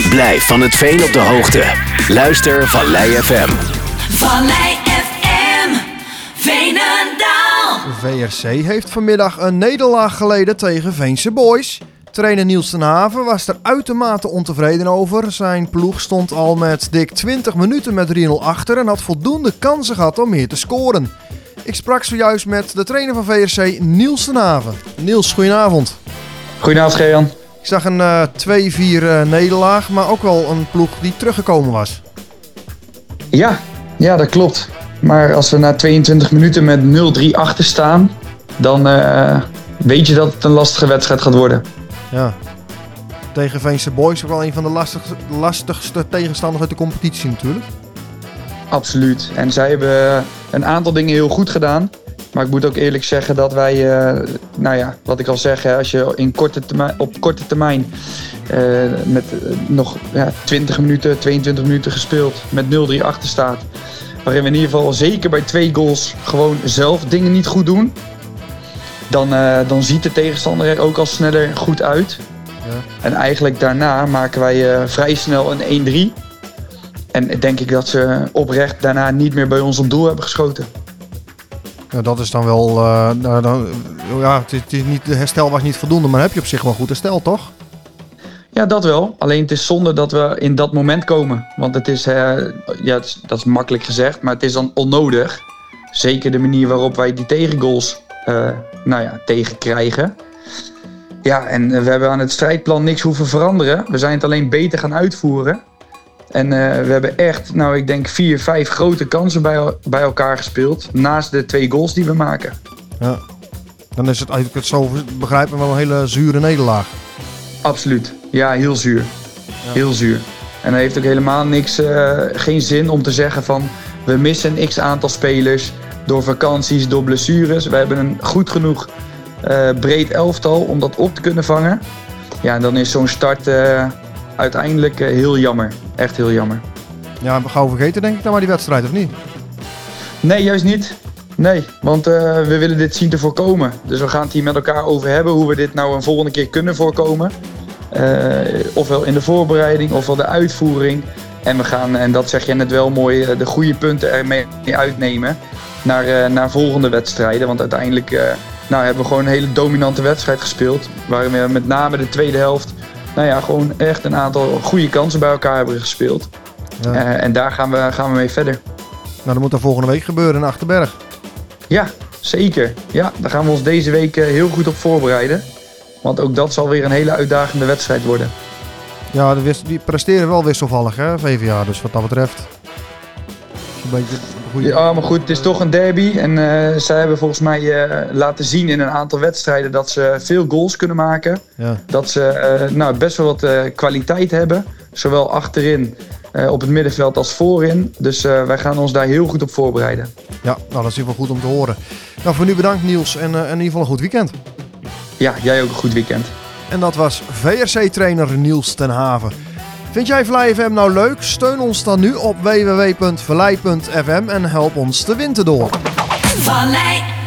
Blijf van het veen op de hoogte. Luister Vallei FM. Vallei FM, Veenendaal. VRC heeft vanmiddag een nederlaag geleden tegen Veense Boys. Trainer Niels ten Haven was er uitermate ontevreden over. Zijn ploeg stond al met dik 20 minuten met 3-0 achter en had voldoende kansen gehad om meer te scoren. Ik sprak zojuist met de trainer van VRC, Niels ten Haven. Niels, goedenavond. Goedenavond, Gejan. Ik zag een 2-4 nederlaag, maar ook wel een ploeg die teruggekomen was. Ja, dat klopt. Maar als we na 22 minuten met 0-3 achter staan, dan weet je dat het een lastige wedstrijd gaat worden. Ja. Tegen Veense Boys ook wel een van de lastigste tegenstanders uit de competitie natuurlijk. Absoluut. En zij hebben een aantal dingen heel goed gedaan. Maar ik moet ook eerlijk zeggen dat wij, wat ik al zeg, als je op korte termijn met nog 20 minuten, 22 minuten gespeeld met 0-3 achter staat. Waarin we in ieder geval zeker bij 2 goals gewoon zelf dingen niet goed doen. Dan ziet de tegenstander er ook al sneller goed uit. Ja. En eigenlijk daarna maken wij vrij snel een 1-3. En denk ik dat ze oprecht daarna niet meer bij ons op doel hebben geschoten. Ja, dat is dan wel... het is niet, de herstel was niet voldoende, maar heb je op zich wel goed herstel, toch? Ja, dat wel. Alleen het is zonde dat we in dat moment komen. Want het is, dat is makkelijk gezegd, maar het is dan onnodig. Zeker de manier waarop wij die tegengoals tegenkrijgen. Ja, en we hebben aan het strijdplan niks hoeven veranderen. We zijn het alleen beter gaan uitvoeren. En we hebben echt, ik denk 4, 5 grote kansen bij elkaar gespeeld. Naast de 2 goals die we maken. Ja, dan is het eigenlijk het zo begrijpen wel een hele zure nederlaag. Absoluut. Ja, heel zuur. Ja. Heel zuur. En dat heeft ook helemaal geen zin om te zeggen van... we missen een x-aantal spelers door vakanties, door blessures. We hebben een goed genoeg breed elftal om dat op te kunnen vangen. Ja, en dan is zo'n start uiteindelijk heel jammer. Echt heel jammer. Ja, gauw vergeten denk ik dan maar die wedstrijd, of niet? Nee, juist niet. Nee, want we willen dit zien te voorkomen. Dus we gaan het hier met elkaar over hebben hoe we dit nou een volgende keer kunnen voorkomen. Ofwel in de voorbereiding, ofwel de uitvoering. En we gaan, en dat zeg je net wel mooi, de goede punten ermee uitnemen naar volgende wedstrijden. Want uiteindelijk hebben we gewoon een hele dominante wedstrijd gespeeld. Waarin we met name de tweede helft gewoon echt een aantal goede kansen bij elkaar hebben gespeeld. Ja. En daar gaan we mee verder. Nou, dat moet dan volgende week gebeuren in Achterberg. Ja, zeker. Ja, daar gaan we ons deze week heel goed op voorbereiden. Want ook dat zal weer een hele uitdagende wedstrijd worden. Ja, die presteren wel wisselvallig, hè, VVA. Dus wat dat betreft... Een beetje goede... Ja, maar goed, het is toch een derby. En zij hebben volgens mij laten zien in een aantal wedstrijden dat ze veel goals kunnen maken. Ja. Dat ze best wel wat kwaliteit hebben. Zowel achterin op het middenveld als voorin. Dus wij gaan ons daar heel goed op voorbereiden. Ja, nou, dat is in ieder geval goed om te horen. Nou, voor nu bedankt Niels en in ieder geval een goed weekend. Ja, jij ook een goed weekend. En dat was VRC-trainer Niels ten Haven. Vind jij Vallei FM nou leuk? Steun ons dan nu op www.vallei.fm en help ons de winter door. Vallei